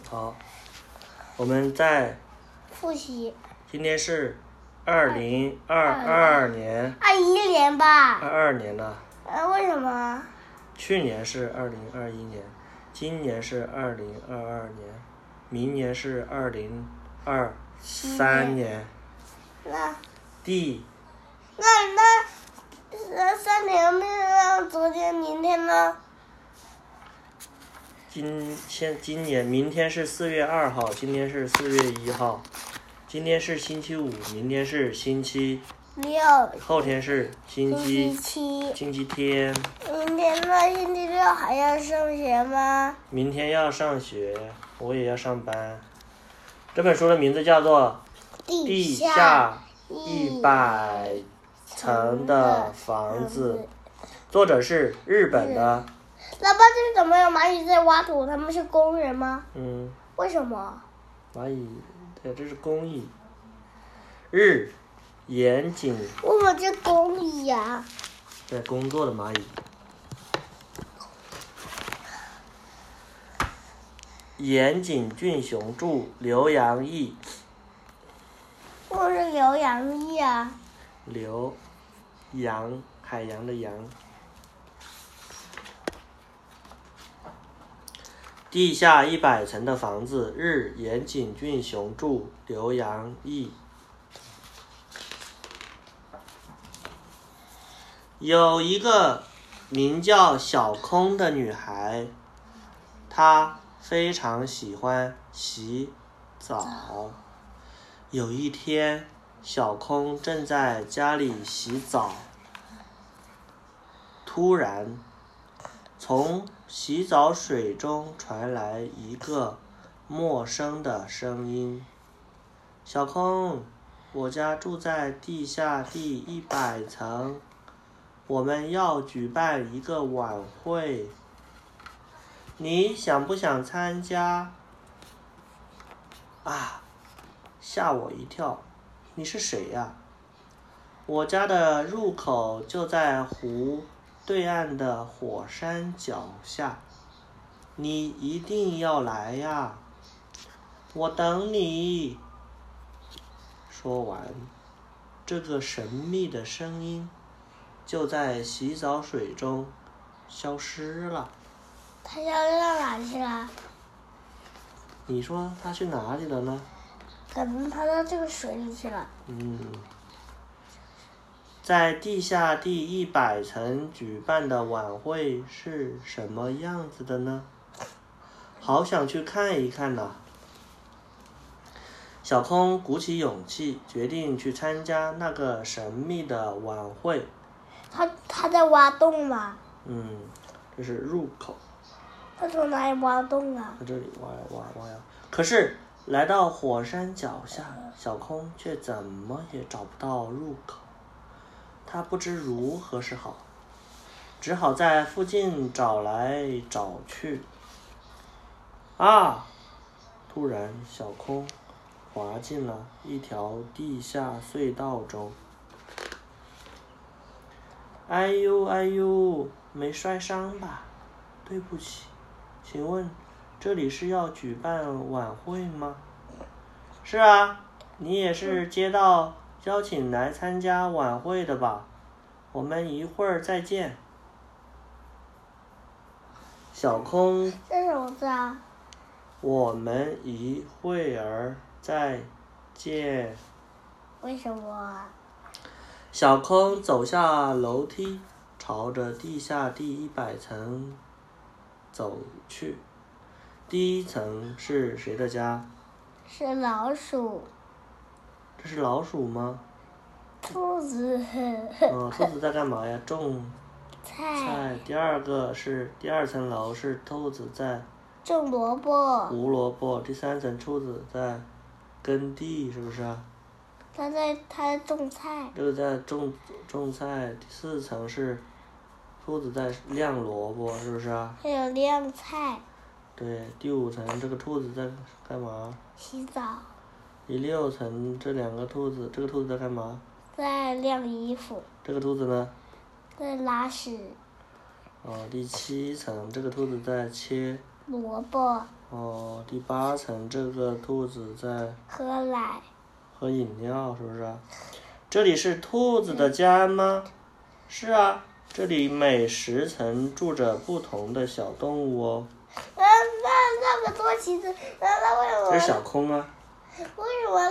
好，我们再复习。 今天是2022年。 21年吧。 22年了。 为什么？ 去年是2021年，今年是2022年，明年是2023年。 那第那3年没有昨天明天呢？ 今年明天是4月2号，今天是4月1号，今天是星期五，明天是星期 6， 后天是星期 7， 星期天。 明天呢？星期6还要上学吗？ 明天要上学，我也要上班。这本书的名字叫做《地下100层的房子》，作者是日本的。 老爸，这怎么有蚂蚁在挖土？他们是工人吗？为什么？ 蚂蚁，对，这是工蚁。日岩井。 为什么是工蚁呀？ 在工作的蚂蚁。岩井俊雄著，刘洋译。 为什么是刘洋译啊？ 刘洋，海洋的洋。地下100层的房子，日岩井俊雄著，刘洋译。有一个名叫小空的女孩，她非常喜欢洗澡。有一天，小空正在家里洗澡，突然从洗澡水中传来一个陌生的声音：小空，我家住在地下第100层，我们要举办一个晚会，你想不想参加？啊，吓我一跳，你是谁呀？我家的入口就在湖对岸的火山脚下，你一定要来呀，我等你。说完，这个神秘的声音就在洗澡水中消失了。 他要到哪去了？ 你说他去哪里了呢？ 可能他到这个水里去了。 在地下第100层举办的晚会是什么样子的呢？好想去看一看呐！小空鼓起勇气，决定去参加那个神秘的晚会。 他在挖洞吗？ 这是入口。 他从哪里挖洞啊？ 在这里挖呀。可是来到火山脚下，小空却怎么也找不到入口。他不知如何是好，只好在附近找来找去。突然小空滑进了一条地下隧道中。哎呦，没摔伤吧？对不起，请问这里是要举办晚会吗？是啊，你也是接到邀请来参加晚会的吧？我们一会儿再见。小空。 这什么字啊？ 我们一会儿再见。 为什么啊？ 小空走下楼梯，朝着地下第100层走去。第1层是谁的家？ 是老鼠。 这是老鼠吗？ 兔子。 兔子在干嘛呀？种菜。 第2层楼是兔子在种萝卜。 胡萝卜。第3层兔子在耕地，是不是啊？ 他在种菜。 这个在种菜。第4层是兔子在晾萝卜，是不是啊？ 还有晾菜。 对。第5层这个兔子在干嘛？ 洗澡。 第6层这2个兔子，这个兔子在干嘛？ 在晾衣服。 这个兔子呢？ 在拉屎。 第7层这个兔子在切萝卜。 哦，第8层这个兔子在喝奶。 喝饮料，是不是？这里是兔子的家吗？是啊，这里每10层住着不同的小动物哦。 那个多旗子，那为什么？ 这是小空啊。 为什么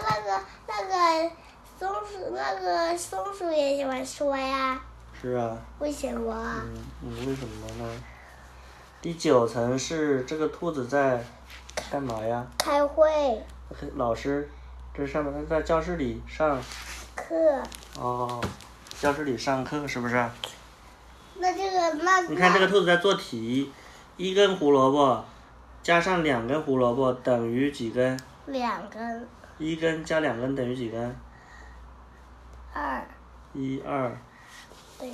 那个松鼠也喜欢说呀？ 是啊。 为什么？ 为什么呢？第9层是这个兔子在干嘛呀？ 开会。 老师，这上面在教室里上课。 哦，教室里上课是不是？ 那你看这个兔子在做题，1根胡萝卜加上2根胡萝卜等于几根 ？2根。 1根加2根等于几根 ？2。 1、2。 对。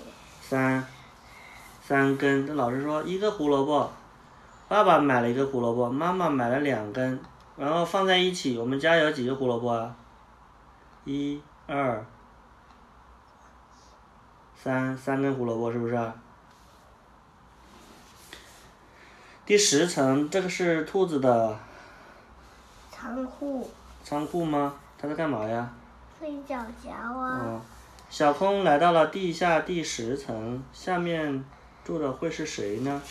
3根。这老师说1个胡萝卜，爸爸买了1个胡萝卜，妈妈买了2根，然后放在一起，我们家有几个胡萝卜啊？1、2、3根胡萝卜，是不是？第10层，这个是兔子的仓库。 仓库吗？它在干嘛呀？ 睡觉觉啊。 小空来到了地下第10层，下面住的会是谁呢？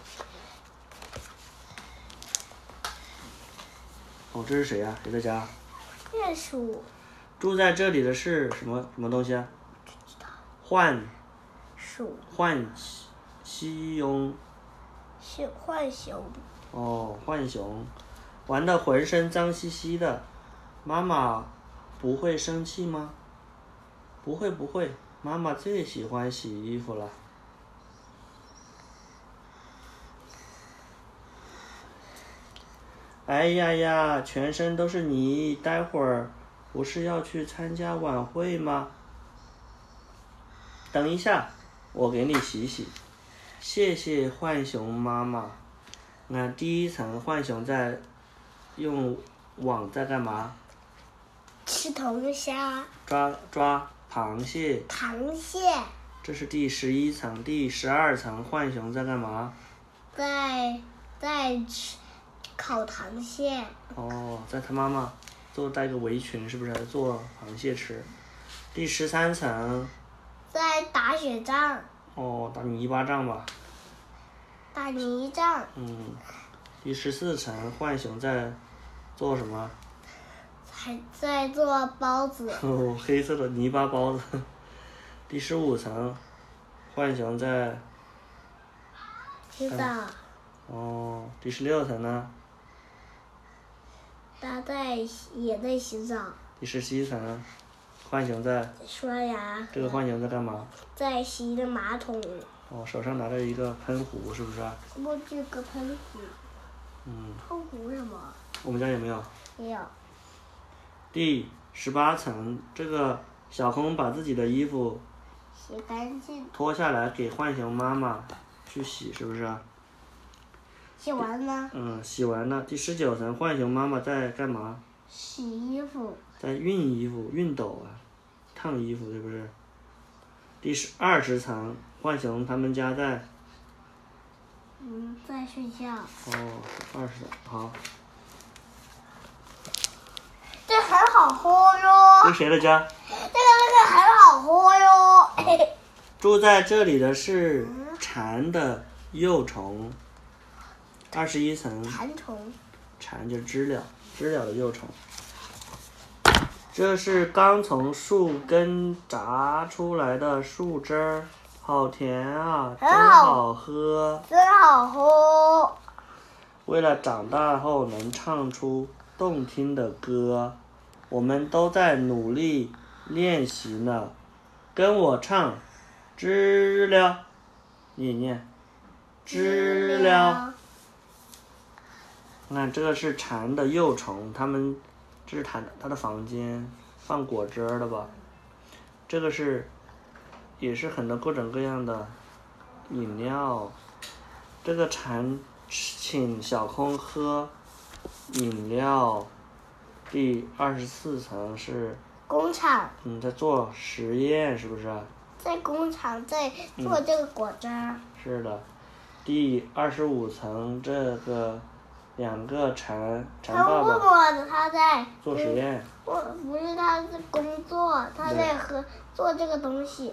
这是谁呀？谁的家？ 鼹鼠。 住在这里的是什么东西啊？浣鼠。 浣熊。 浣熊。 浣熊，玩得浑身脏兮兮的，妈妈不会生气吗？不会，妈妈最喜欢洗衣服了。哎呀，全身都是泥，待会儿不是要去参加晚会吗？等一下，我给你洗洗。谢谢浣熊妈妈。那第1层，浣熊在用网在干嘛？ 吃龙虾。 抓螃蟹。这是第11层。第12层，浣熊在干嘛？ 在吃烤螃蟹。 在他妈妈带个围裙，是不是在做螃蟹吃？第13层。 在打雪仗。 打泥巴仗吧。 打泥仗。 第14层，浣熊在做什么？ 还在做包子。 黑色的泥巴包子。第15层，浣熊在洗澡。 第16层呢？ 它也在洗澡。 第17层，浣熊在刷牙。 这个浣熊在干嘛？ 在洗马桶。 手上拿着一个喷壶，是不是？ 这个喷壶。喷壶什么？ 我们家有没有？ 没有。 第18层，这个小空把自己的衣服洗干净， 脱下来给浣熊妈妈去洗，是不是？ 洗完了。 洗完了。第19层，浣熊妈妈在干嘛？ 洗衣服。 在熨衣服，熨斗啊，烫衣服，是不是？第20层，浣熊他们家在在睡觉。 20层，好。 这很好喝哟。 这是谁的家？ 这个很好喝哟。 住在这里的是蝉的幼虫。21层。蝉就是知了的幼虫。这是刚从树根榨出来的树汁儿，好甜啊，真好喝。为了长大后能唱出动听的歌，我们都在努力练习呢。跟我唱，知了，念，知了。看这个是蝉的幼虫，这是它的房间，放果汁的吧？这个也是很多各种各样的饮料。这个蝉请小空喝饮料。第24层是工厂。 在做实验，是不是？ 在工厂在做这个果汁。 是的。第25层这个两个蝉他爸爸问我他在做实验。 不是他的工作，他在做这个东西。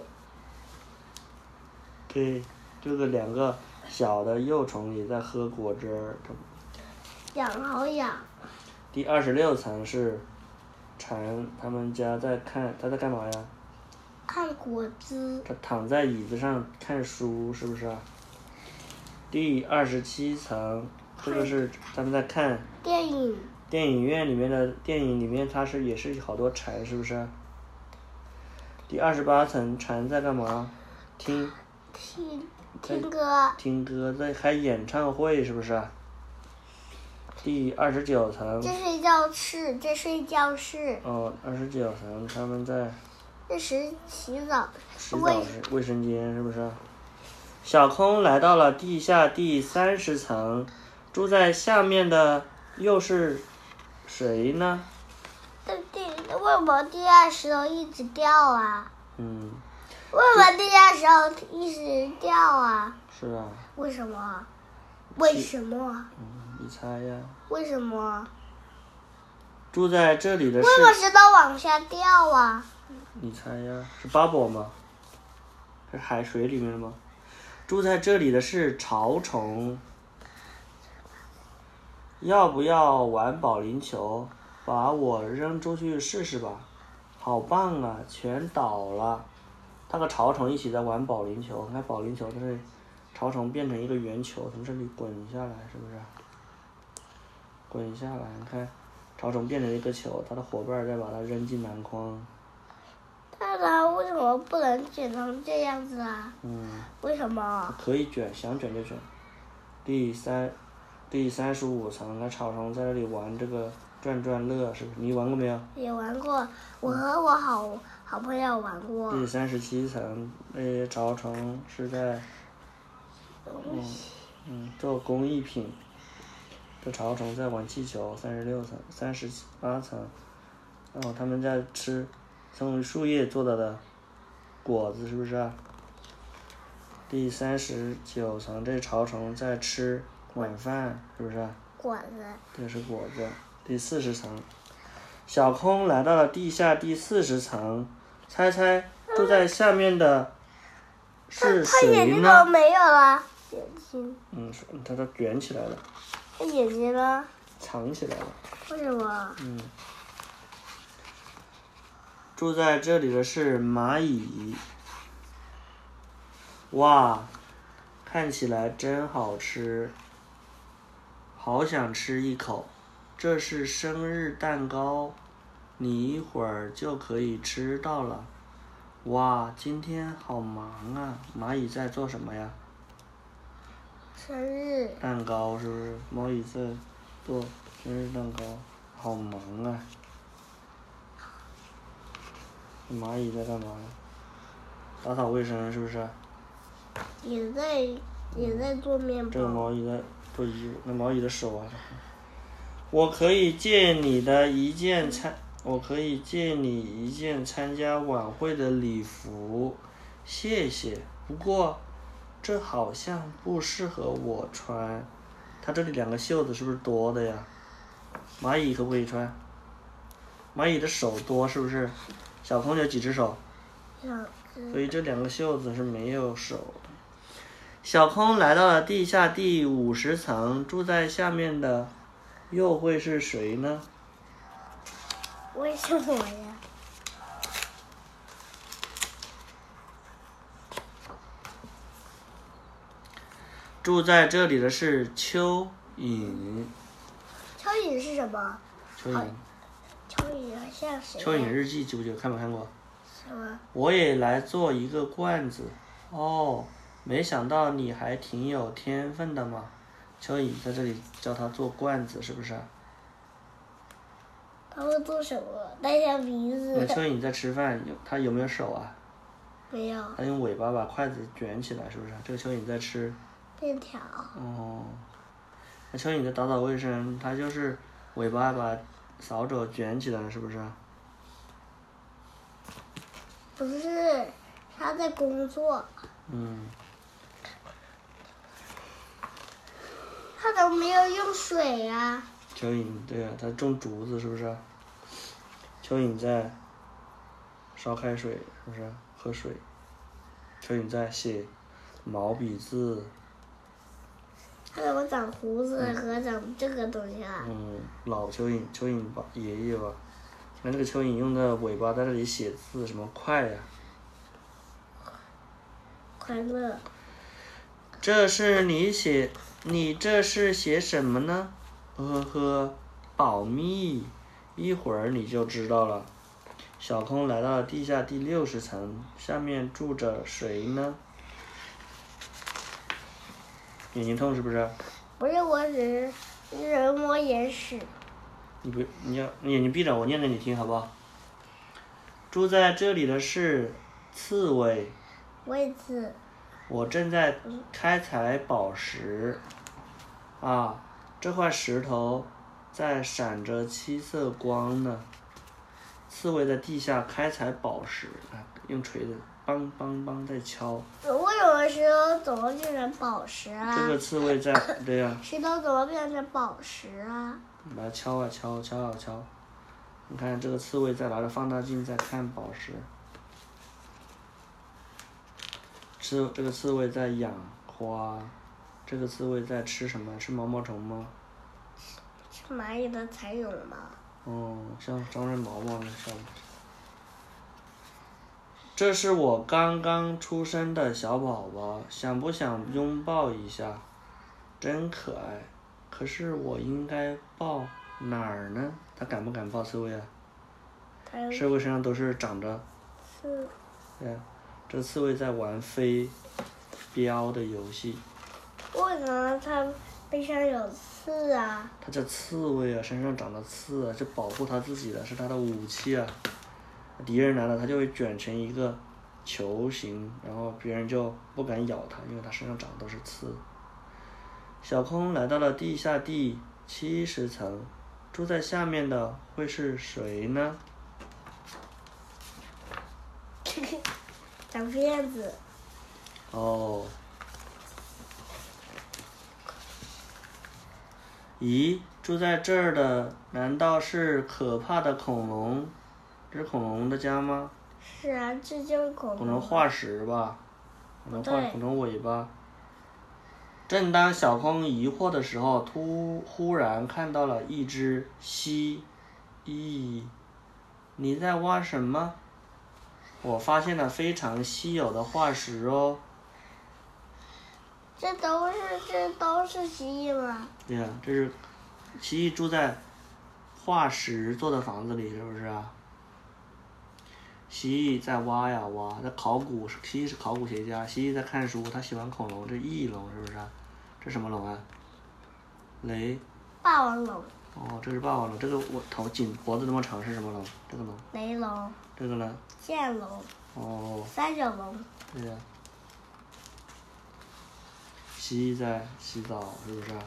对，这个两个小的幼虫也在喝果汁儿。 痒好痒。 第26层是蝉，他们家他在干嘛呀？ 看果汁。 他躺在椅子上看书，是不是啊？第27层，这个是他们在看电影。 电影院里面的电影里面，它也是好多蝉，是不是？第28层，蝉在干嘛？听歌。 听歌，在开演唱会，是不是？第29层。 这睡觉室。 29层，他们在。 这是洗澡室，卫生间，是不是？小空来到了地下第30层，住在下面的又是谁呢？ 为什么地下石头一直掉啊？为什么地下石头一直掉啊？ 是啊。 为什么？ 你猜呀。 为什么？ 住在这里的是。 为什么石头往下掉啊？ 你猜呀，是 bubble 吗？是海水里面的吗？住在这里的是潮虫。要不要玩保龄球？把我扔出去试试吧。好棒啊，全倒了。他和潮虫一起在玩保龄球，看保龄球在这里，潮虫变成一个圆球从这里滚下来，是不是？滚下来，你看潮虫变成一个球，他的伙伴再把它扔进篮筐。 他为什么不能卷成这样子啊？为什么？ 可以卷，想卷就卷。第35层，那潮虫在这里玩这个转转乐，是不是？你玩过没有？ 也玩过，我和我好朋友玩过。 第37层，那些潮虫是在做工艺品。这潮虫在玩气球。36层、38层，他们在吃从树叶做的果子，是不是啊？第39层，这潮虫在吃晚饭，是不是啊？ 果子。 这是果子。第40层，小空来到了地下第40层，猜猜住在下面的是谁呢？ 他眼睛怎么没有了？眼睛。 它都卷起来了。 他眼睛呢？ 藏起来了。 为什么？ 住在这里的是蚂蚁。哇，看起来真好吃，好想吃一口。这是生日蛋糕，你一会儿就可以吃到了。哇，今天好忙啊！蚂蚁在做什么呀？ 生日蛋糕，是不是？蚂蚁在做生日蛋糕，好忙啊！蚂蚁在干嘛？打扫卫生，是不是？ 也在做面包。 这个蚂蚁在做衣服，那蚂蚁的手啊。我可以借你一件参加晚会的礼服，谢谢。不过这好像不适合我穿，它这里2个袖子是不是多的呀？蚂蚁可不可以穿？蚂蚁的手多，是不是？小空有几只手？所以这2个袖子是没有手的。小空来到了地下第50层，住在下面的又会是谁呢？ 为什么呀？ 住在这里的是蚯蚓。 蚯蚓是什么？ 蚯蚓像谁？ 蚯蚓日记记不记得？看没看过？ 什么？ 我也来做一个罐子。哦，没想到你还挺有天分的嘛。蚯蚓在这里教他做罐子，是不是？ 他会做什么？带下鼻子。 那蚯蚓在吃饭，它有没有手啊？ 没有。 它用尾巴把筷子卷起来，是不是？这个蚯蚓在吃面条。 那蚯蚓在打扫卫生，它就是尾巴把扫帚卷起来，是不是？ 不是，他在工作。他怎么没有用水啊？ 蚯蚓对呀，它种竹子是不是？蚯蚓在烧开水是不是？喝水。蚯蚓在写毛笔字。 它怎么长胡子和长这个东西啊？ 老蚯蚓吧，爷爷吧。看这个蚯蚓用的尾巴在这里写字，什么快呀？ 快乐。 你这是写什么呢？呵呵，保密，一会儿你就知道了。小空来到了地下第60层，下面住着谁呢？眼睛痛是不是？ 不是，我只是摸眼屎。 你眼睛闭着，我念给你听好不好？住在这里的是刺猬。 位置。 我正在开采宝石。啊，这块石头在闪着7色光呢。刺猬在地下开采宝石，用锤子梆梆梆在敲。 为什么石头怎么变成宝石啊？ 这个刺猬在，对呀。 石头怎么变成宝石啊？ 把它敲啊敲，敲啊敲。你看这个刺猬在拿着放大镜在看宝石。这个刺猬在养花。这个刺猬在吃什么？吃毛毛虫吗？ 吃蚂蚁的蚕蛹吗？ 像长着毛毛的像。这是我刚刚出生的小宝宝，想不想拥抱一下？真可爱。可是我应该抱哪儿呢？他敢不敢抱刺猬啊？刺猬身上都是长着。对呀，这刺猬在玩飞镖的游戏。 为什么它背上有刺啊？ 它叫刺猬啊，身上长了刺啊，是保护它自己的，是它的武器啊。敌人来了，它就会卷成一个球形，然后别人就不敢咬它，因为它身上长的都是刺。小空来到了地下第70层，住在下面的会是谁呢？ 长辫子。 咦，住在这儿的难道是可怕的恐龙？这是恐龙的家吗？ 是啊，这就是恐龙。 恐龙化石吧？恐龙尾巴。正当小空疑惑的时候，忽然看到了一只蜥蜴。你在挖什么？我发现了非常稀有的化石哦。 这都是蜥蜴吗？ 对呀，这是蜥蜴住在化石做的房子里，是不是啊？蜥蜴在挖呀挖，在考古，蜥蜴是考古学家，蜥蜴在看书，他喜欢恐龙，这翼龙是不是啊？这什么龙啊？ 霸王龙。 这是霸王龙，这个脖子那么长是什么龙？这个龙。 雷龙。 这个呢？ 剑龙。三角龙。 对呀。蜥蜴在洗澡，是不是啊？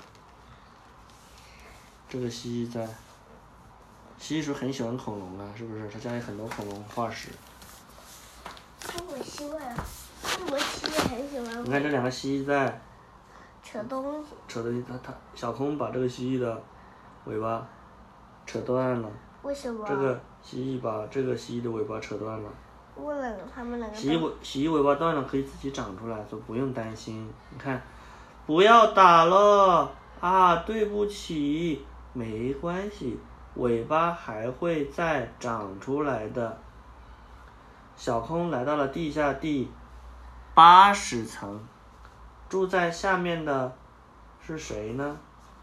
这个蜥蜴是不是很喜欢恐龙啊？是不是？他家里很多恐龙化石。 我蜥蜴很喜欢。 你看这2个蜥蜴在扯东西。 小空把这个蜥蜴的尾巴扯断了。 为什么？ 这个蜥蜴把这个蜥蜴的尾巴扯断了。 为了它们两个。 蜥蜴尾巴断了可以自己长出来，就不用担心。你看，不要打了啊！对不起，没关系，尾巴还会再长出来的。小空来到了地下第80层，住在下面的是谁呢？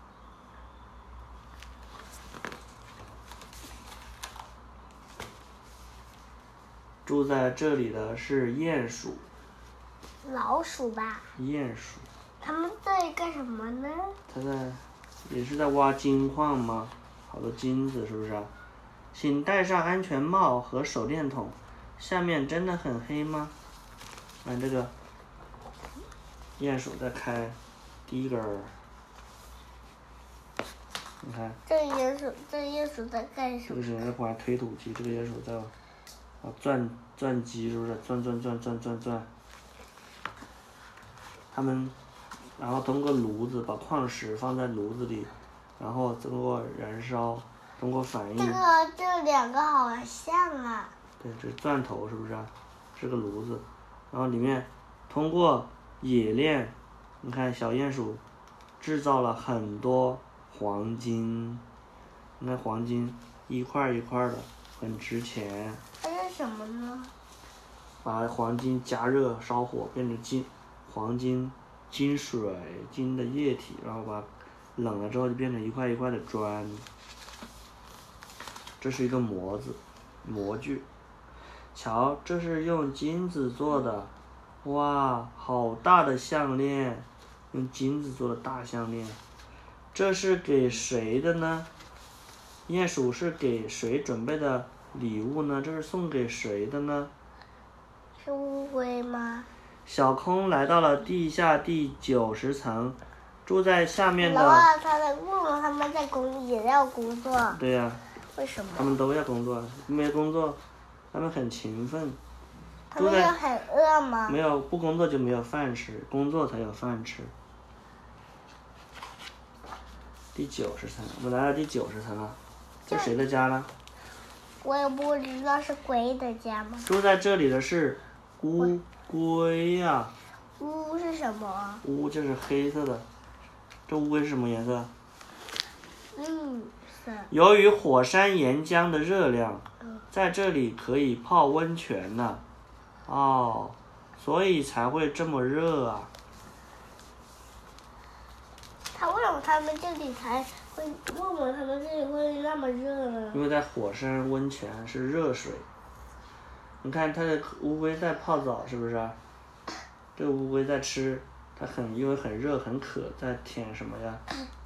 住在这里的是鼹鼠。 老鼠吧。 鼹鼠。 他们在干什么呢？ 也是在挖金矿吗？好多金子是不是啊？请戴上安全帽和手电筒。下面真的很黑吗？看这个鼹鼠在开第一根儿。你看。 这鼹鼠在干什么？ 这个是在玩推土机，这个鼹鼠在钻机，是不是？钻。他们然后通过炉子把矿石放在炉子里，然后通过燃烧，通过反应。 这两个好像啊。 对，这是钻头是不是？是个炉子，然后里面通过冶炼，你看小鼹鼠制造了很多黄金，你看黄金一块一块的，很值钱。 它是什么呢？ 把黄金加热烧火变成黄金金水金的液体，然后把冷了之后就变成一块一块的砖。这是一个模具，瞧，这是用金子做的，哇，好大的项链，用金子做的大项链。这是给谁的呢？鼹鼠是给谁准备的礼物呢？这是送给谁的呢？ 是乌龟吗？ 小空来到了地下第90层，住在下面的。 他们也要工作。 对呀。 为什么？ 他们都要工作，没工作，他们很勤奋。 他们也很饿吗？ 没有，不工作就没有饭吃，工作才有饭吃。第90层，我们来到第90层了，这谁的家呢？ 我也不知道是龟的家吗？ 住在这里的是乌龟呀。 乌是什么？ 乌就是黑色的，这乌龟是什么颜色？由于火山岩浆的热量，在这里可以泡温泉呢。哦，所以才会这么热啊。 为什么他们这里会那么热呢？ 因为在火山温泉是热水。你看它的乌龟在泡澡，是不是？这个乌龟在吃，它因为很热很渴，在舔什么呀？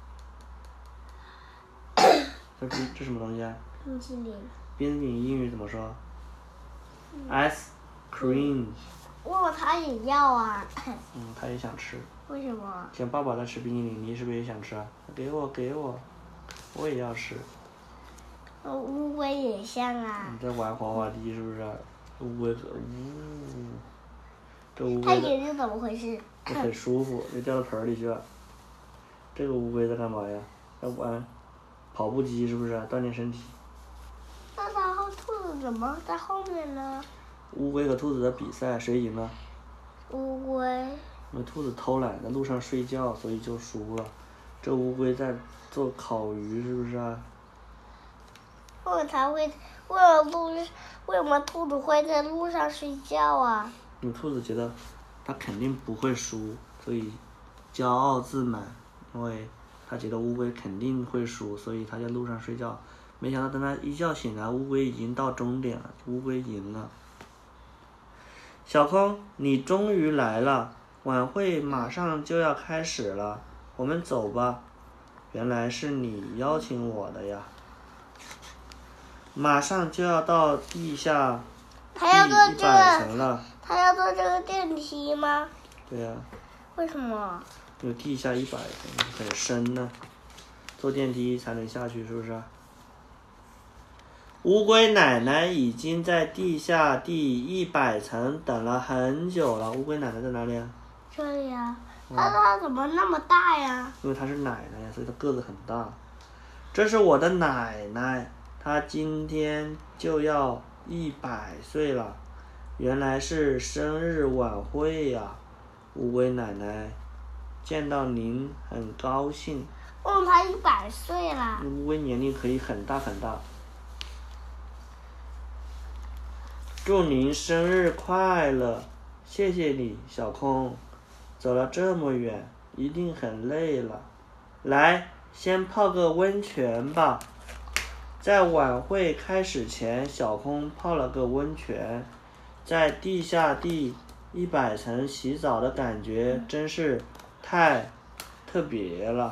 这什么东西啊？ 冰淇淋。 冰淇淋英语怎么说？ice cream。 他也要啊。 他也想吃。 为什么？ 像爸爸在吃冰淇淋，你是不是也想吃啊？给我，我也要吃。 乌龟也像啊。 你在玩滑滑梯是不是？乌龟这乌龟。 它眼睛怎么回事？ 很舒服，就掉到盆里去了。这个乌龟在干嘛呀？在玩跑步机是不是？锻炼身体。 那兔子怎么在后面呢？ 乌龟和兔子的比赛，谁赢了？ 乌龟。 那兔子偷懒在路上睡觉，所以就输了。这乌龟在做烤鱼，是不是啊？ 为什么兔子会在路上睡觉啊？ 因为兔子觉得它肯定不会输，所以骄傲自满。因为它觉得乌龟肯定会输，所以它在路上睡觉。没想到等它一觉醒来，乌龟已经到终点了，乌龟赢了。小空，你终于来了，晚会马上就要开始了，我们走吧。原来是你邀请我的呀。马上就要到地下第100层了。 他要坐这个电梯吗？ 对呀。 为什么？ 因为地下100层很深呢，坐电梯才能下去，是不是？乌龟奶奶已经在地下第100层等了很久了。乌龟奶奶在哪里啊？ 这里啊。它怎么那么大呀？ 因为它是奶奶呀，所以它个子很大。这是我的奶奶，她今天就要100岁了。原来是生日晚会呀，乌龟奶奶，见到您很高兴。 它100岁了。 乌龟年龄可以很大很大。祝您生日快乐！谢谢你，小空，走了这么远，一定很累了。来，先泡个温泉吧。在晚会开始前，小空泡了个温泉，在地下第100层洗澡的感觉真是太特别了。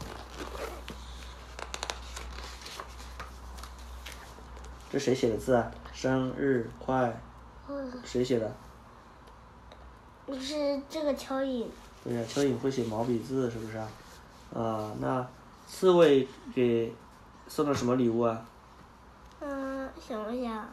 这谁写的字啊？生日快！谁写的？ 是这个蚯蚓。 对呀，蚯蚓会写毛笔字，是不是啊？那刺猬给送了什么礼物啊？ 想不想？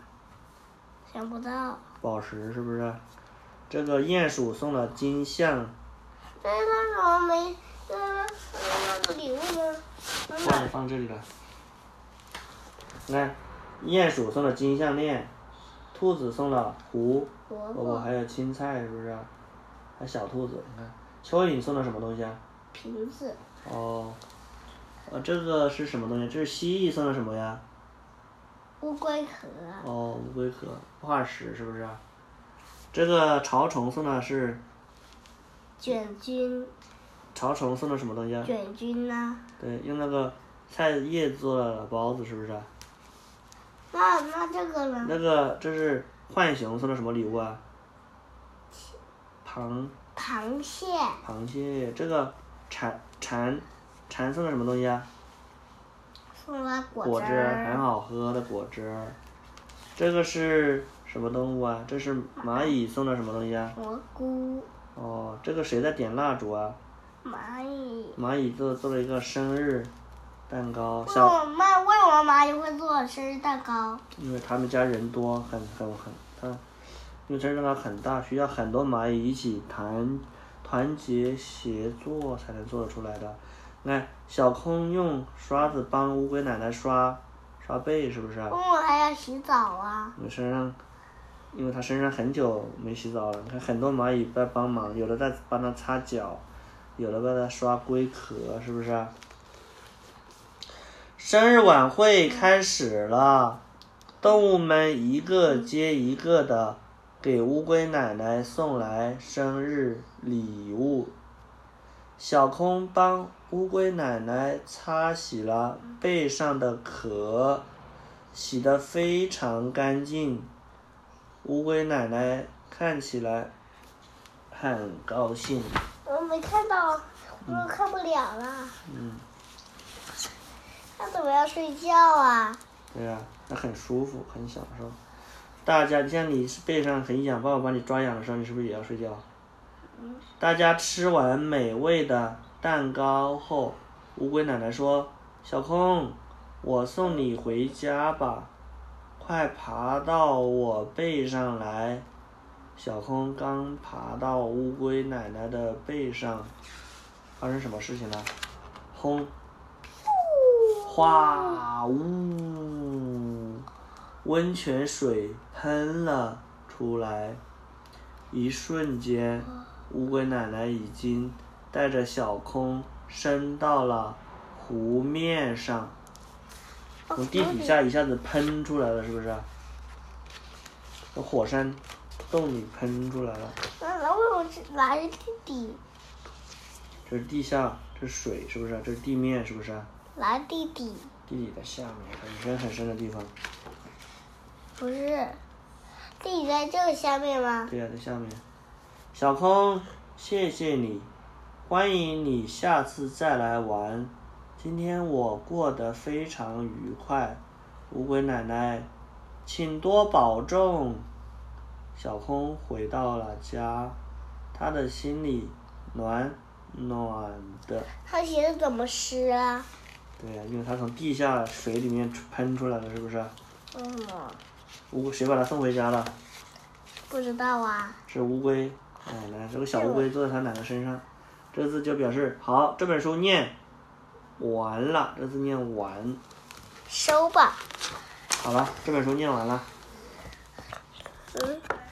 想不到。 宝石是不是？这个鼹鼠送了金项那怎么没那个礼物呢？ 放这里了。你看，鼹鼠送了金项链，兔子送了胡萝卜，还有青菜，是不是？还有小兔子，你看，蚯蚓送了什么东西啊？ 瓶子。 哦，这个是什么东西？这是蜥蜴送的什么呀？ 乌龟壳。 哦，乌龟壳，化石是不是？这个潮虫送的是卷菌。 潮虫送的什么东西啊？ 卷菌呢？ 对，用那个菜叶做的包子，是不是？ 那这个呢？ 这是浣熊送的什么礼物啊？ 螃蟹。 螃蟹，这个蝉送的什么东西啊？ 送了果汁，很好喝的果汁。这个是什么动物啊？这是蚂蚁送的什么东西啊？ 蘑菇。 哦，这个谁在点蜡烛啊？蚂蚁做了一个生日蛋糕。为什么蚂蚁会做生日蛋糕？ 因为他们家人多，因为生日蛋糕很大，需要很多蚂蚁一起团结协作才能做得出来的。你看，小空用刷子帮乌龟奶奶刷背，是不是？ 我还要洗澡啊。 因为他身上很久没洗澡了，你看很多蚂蚁在帮忙，有的在帮他擦脚，有的帮他刷龟壳，是不是？生日晚会开始了，动物们一个接一个的给乌龟奶奶送来生日礼物。小空帮乌龟奶奶擦洗了背上的壳，洗得非常干净。乌龟奶奶看起来很高兴。 我没看到，我看不了了。那怎么要睡觉啊？ 对呀，那很舒服，很享受。大家像你背上很痒，爸爸帮你抓痒的时候，你是不是也要睡觉？大家吃完美味的蛋糕后，乌龟奶奶说：“小空，我送你回家吧，快爬到我背上来。”小空刚爬到乌龟奶奶的背上，发生什么事情了？轰！哗呜！温泉水喷了出来，一瞬间，乌龟奶奶已经带着小空升到了湖面上，从地底下一下子喷出来了，是不是？从火山洞里喷出来了。 那为什么是哪是地底？ 这是地下，这是水，是不是？这是地面，是不是？ 哪地底？ 地底的下面，很深很深的地方。 不是，地底在这个下面吗？ 对呀，在下面。小空，谢谢你，欢迎你下次再来玩。今天我过得非常愉快，乌龟奶奶，请多保重。小空回到了家，他的心里暖暖的。 他鞋子怎么湿啊？ 对呀，因为他从地下水里面喷出来了，是不是？谁把他送回家了？ 不知道啊。 是乌龟奶奶，这个小乌龟坐在他奶奶身上，这字就表示好，这本书念完了，这字念完。 收吧。 好了，这本书念完了。